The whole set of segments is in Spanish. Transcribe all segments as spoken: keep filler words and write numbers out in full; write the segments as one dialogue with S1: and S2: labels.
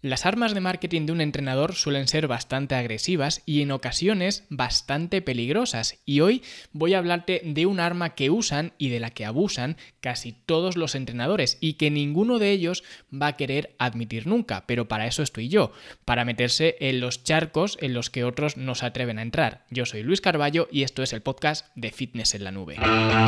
S1: Las armas de marketing de un entrenador suelen ser bastante agresivas y en ocasiones bastante peligrosas, y hoy voy a hablarte de un arma que usan y de la que abusan casi todos los entrenadores y que ninguno de ellos va a querer admitir nunca, pero para eso estoy yo, para meterse en los charcos en los que otros no se atreven a entrar. Yo soy Luis Carballo y esto es el podcast de Fitness en la Nube.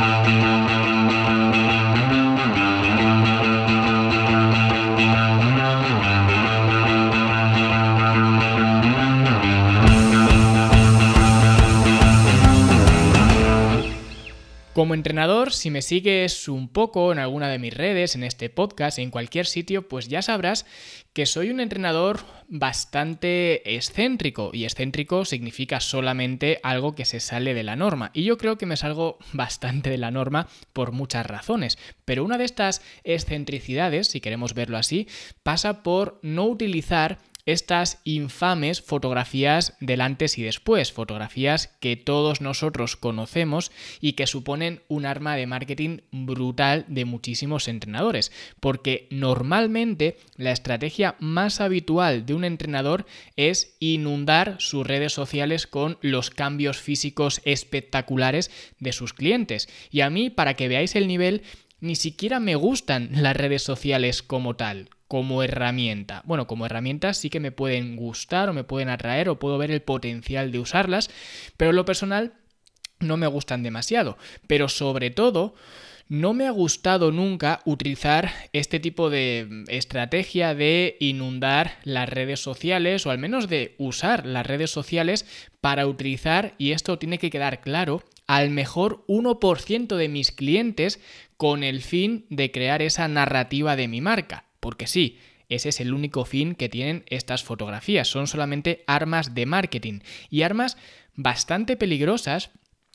S1: Como entrenador, si me sigues un poco en alguna de mis redes, en este podcast, en cualquier sitio, pues ya sabrás que soy un entrenador bastante excéntrico, y excéntrico significa solamente algo que se sale de la norma, y yo creo que me salgo bastante de la norma por muchas razones, pero una de estas excentricidades, si queremos verlo así, pasa por no utilizar estas infames fotografías del antes y después, fotografías que todos nosotros conocemos y que suponen un arma de marketing brutal de muchísimos entrenadores, porque normalmente la estrategia más habitual de un entrenador es inundar sus redes sociales con los cambios físicos espectaculares de sus clientes. Y a mí, para que veáis el nivel, ni siquiera me gustan las redes sociales como tal, como herramienta. Bueno, como herramientas sí que me pueden gustar o me pueden atraer o puedo ver el potencial de usarlas, pero en lo personal no me gustan demasiado. Pero sobre todo, no me ha gustado nunca utilizar este tipo de estrategia de inundar las redes sociales, o al menos de usar las redes sociales para utilizar, y esto tiene que quedar claro, al mejor uno por ciento de mis clientes con el fin de crear esa narrativa de mi marca. Porque sí, ese es el único fin que tienen estas fotografías. Son solamente armas de marketing y armas bastante peligrosas,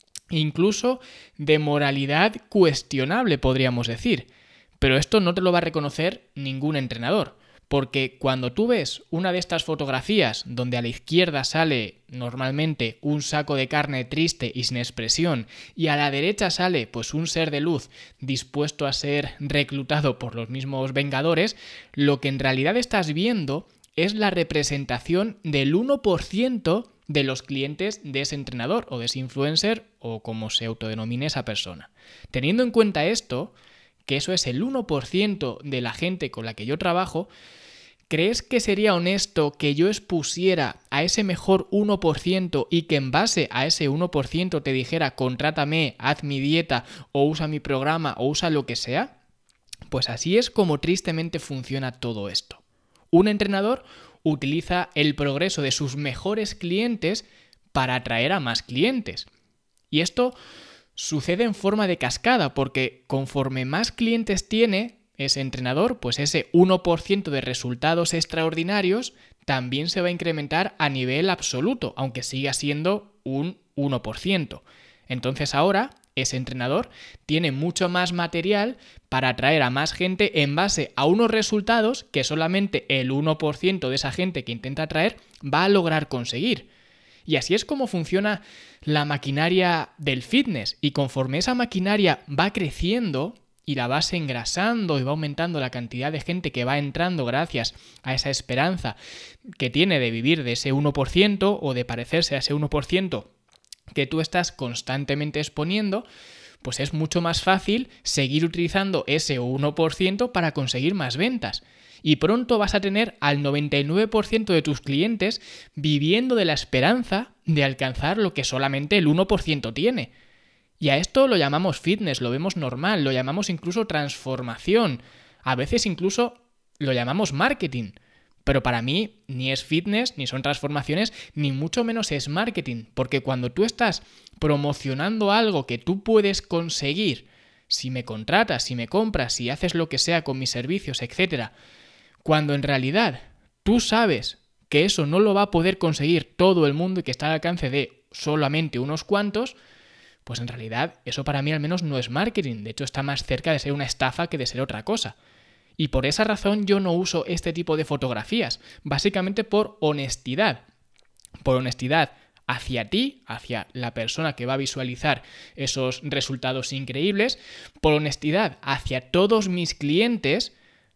S1: incluso de moralidad cuestionable, podríamos decir. Pero esto no te lo va a reconocer ningún entrenador. Porque cuando tú ves una de estas fotografías donde a la izquierda sale normalmente un saco de carne triste y sin expresión y a la derecha sale pues un ser de luz dispuesto a ser reclutado por los mismos Vengadores, lo que en realidad estás viendo es la representación del uno por ciento de los clientes de ese entrenador o de ese influencer o como se autodenomine esa persona. Teniendo en cuenta esto, que eso es el uno por ciento de la gente con la que yo trabajo, ¿crees que sería honesto que yo expusiera a ese mejor uno por ciento y que en base a ese uno por ciento te dijera contrátame, haz mi dieta o usa mi programa o usa lo que sea? Pues así es como tristemente funciona todo esto. Un entrenador utiliza el progreso de sus mejores clientes para atraer a más clientes. Y esto sucede en forma de cascada, porque conforme más clientes tiene ese entrenador, pues ese uno por ciento de resultados extraordinarios también se va a incrementar a nivel absoluto, aunque siga siendo un uno por ciento. Entonces ahora ese entrenador tiene mucho más material para atraer a más gente en base a unos resultados que solamente el uno por ciento de esa gente que intenta atraer va a lograr conseguir. Y así es como funciona la maquinaria del fitness. Y conforme esa maquinaria va creciendo y la vas engrasando y va aumentando la cantidad de gente que va entrando gracias a esa esperanza que tiene de vivir de ese uno por ciento o de parecerse a ese uno por ciento que tú estás constantemente exponiendo, pues es mucho más fácil seguir utilizando ese uno por ciento para conseguir más ventas. Y pronto vas a tener al noventa y nueve por ciento de tus clientes viviendo de la esperanza de alcanzar lo que solamente el uno por ciento tiene. Y a esto lo llamamos fitness, lo vemos normal, lo llamamos incluso transformación, a veces incluso lo llamamos marketing. Pero para mí ni es fitness, ni son transformaciones, ni mucho menos es marketing, porque cuando tú estás promocionando algo que tú puedes conseguir, si me contratas, si me compras, si haces lo que sea con mis servicios, etcétera, cuando en realidad tú sabes que eso no lo va a poder conseguir todo el mundo y que está al alcance de solamente unos cuantos, pues en realidad eso para mí al menos no es marketing. De hecho está más cerca de ser una estafa que de ser otra cosa. Y por esa razón yo no uso este tipo de fotografías, básicamente por honestidad. Por honestidad hacia ti, hacia la persona que va a visualizar esos resultados increíbles, por honestidad hacia todos mis clientes,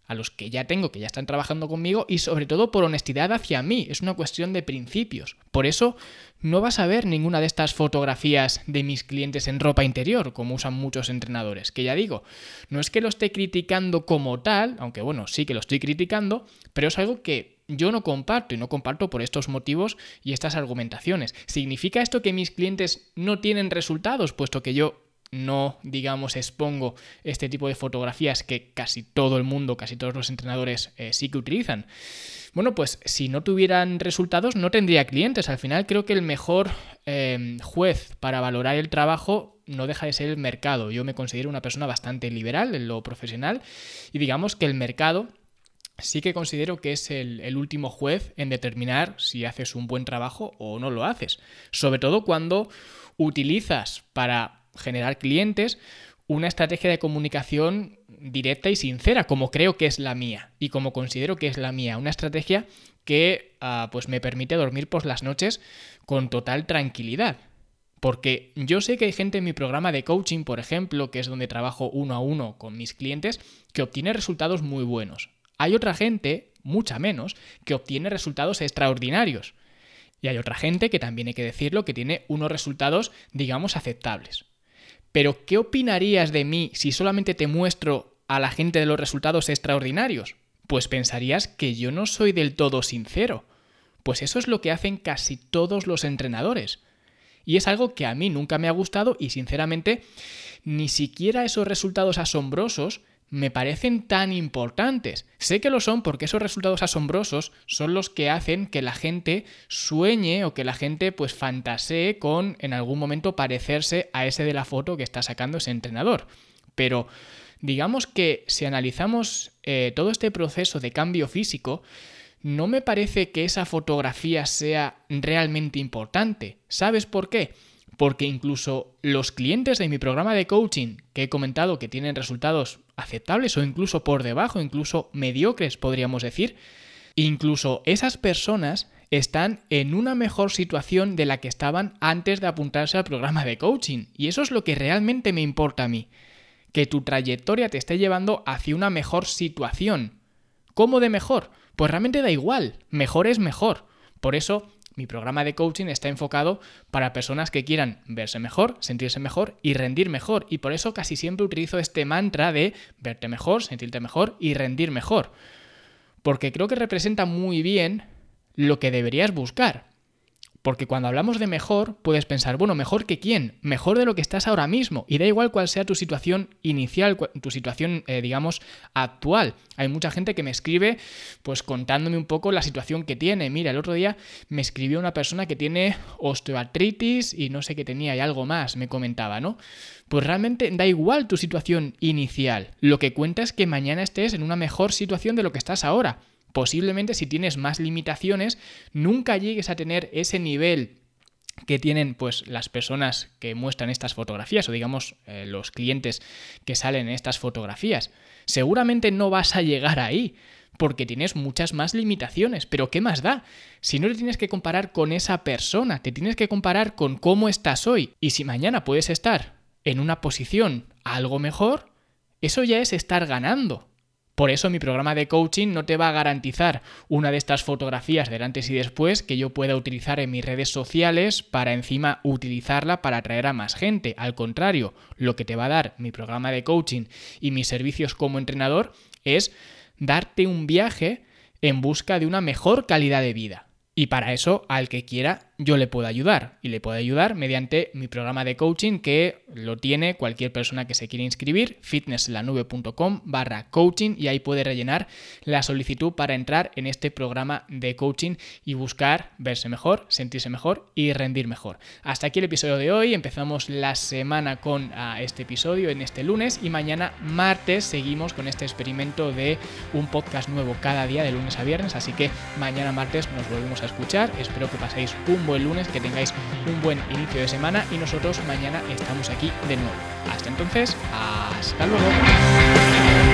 S1: a los que ya tengo, que ya están trabajando conmigo, y sobre todo por honestidad hacia mí. Es una cuestión de principios. Por eso no vas a ver ninguna de estas fotografías de mis clientes en ropa interior, como usan muchos entrenadores, que ya digo, no es que lo esté criticando como tal, aunque bueno, sí que lo estoy criticando, pero es algo que yo no comparto, y no comparto por estos motivos y estas argumentaciones. ¿Significa esto que mis clientes no tienen resultados, puesto que yo no, digamos, expongo este tipo de fotografías que casi todo el mundo, casi todos los entrenadores eh, sí que utilizan? Bueno, pues si no tuvieran resultados no tendría clientes. Al final creo que el mejor eh, juez para valorar el trabajo no deja de ser el mercado. Yo me considero una persona bastante liberal en lo profesional y digamos que el mercado sí que considero que es el, el último juez en determinar si haces un buen trabajo o no lo haces. Sobre todo cuando utilizas para generar clientes una estrategia de comunicación directa y sincera, como creo que es la mía y como considero que es la mía. Una estrategia que uh, pues me permite dormir por las noches con total tranquilidad. Porque yo sé que hay gente en mi programa de coaching, por ejemplo, que es donde trabajo uno a uno con mis clientes, que obtiene resultados muy buenos. Hay otra gente, mucha menos, que obtiene resultados extraordinarios. Y hay otra gente, que también hay que decirlo, que tiene unos resultados, digamos, aceptables. Pero, ¿qué opinarías de mí si solamente te muestro a la gente de los resultados extraordinarios? Pues pensarías que yo no soy del todo sincero. Pues eso es lo que hacen casi todos los entrenadores. Y es algo que a mí nunca me ha gustado y, sinceramente, ni siquiera esos resultados asombrosos me parecen tan importantes. Sé que lo son porque esos resultados asombrosos son los que hacen que la gente sueñe o que la gente pues fantasee con en algún momento parecerse a ese de la foto que está sacando ese entrenador. Pero digamos que si analizamos eh, todo este proceso de cambio físico, no me parece que esa fotografía sea realmente importante. ¿Sabes por qué? Porque incluso los clientes de mi programa de coaching, que he comentado que tienen resultados aceptables o incluso por debajo, incluso mediocres podríamos decir, incluso esas personas están en una mejor situación de la que estaban antes de apuntarse al programa de coaching. Y eso es lo que realmente me importa a mí, que tu trayectoria te esté llevando hacia una mejor situación. ¿Cómo de mejor? Pues realmente da igual, mejor es mejor. Por eso mi programa de coaching está enfocado para personas que quieran verse mejor, sentirse mejor y rendir mejor. Y por eso casi siempre utilizo este mantra de verte mejor, sentirte mejor y rendir mejor. Porque creo que representa muy bien lo que deberías buscar. Porque cuando hablamos de mejor, puedes pensar, bueno, ¿mejor que quién? Mejor de lo que estás ahora mismo. Y da igual cuál sea tu situación inicial, tu situación, eh, digamos, actual. Hay mucha gente que me escribe, pues contándome un poco la situación que tiene. Mira, el otro día me escribió una persona que tiene osteoartritis y no sé qué tenía y algo más, me comentaba, ¿no? Pues realmente da igual tu situación inicial. Lo que cuenta es que mañana estés en una mejor situación de lo que estás ahora. Posiblemente si tienes más limitaciones, nunca llegues a tener ese nivel que tienen pues las personas que muestran estas fotografías o digamos eh, los clientes que salen en estas fotografías. Seguramente no vas a llegar ahí porque tienes muchas más limitaciones, pero ¿qué más da? Si no te tienes que comparar con esa persona, te tienes que comparar con cómo estás hoy y si mañana puedes estar en una posición algo mejor, eso ya es estar ganando. Por eso mi programa de coaching no te va a garantizar una de estas fotografías del antes y después que yo pueda utilizar en mis redes sociales para encima utilizarla para atraer a más gente. Al contrario, lo que te va a dar mi programa de coaching y mis servicios como entrenador es darte un viaje en busca de una mejor calidad de vida. Y para eso, al que quiera, yo le puedo ayudar. Y le puedo ayudar mediante mi programa de coaching que lo tiene cualquier persona que se quiera inscribir, fitnesslanube.com barra coaching y ahí puede rellenar la solicitud para entrar en este programa de coaching y buscar verse mejor, sentirse mejor y rendir mejor. Hasta aquí el episodio de hoy. Empezamos la semana con uh, este episodio en este lunes y mañana martes seguimos con este experimento de un podcast nuevo cada día de lunes a viernes. Así que mañana martes nos volvemos a escuchar. Espero que paséis un buen lunes, que tengáis un buen inicio de semana y nosotros mañana estamos aquí de nuevo. Hasta entonces, hasta luego.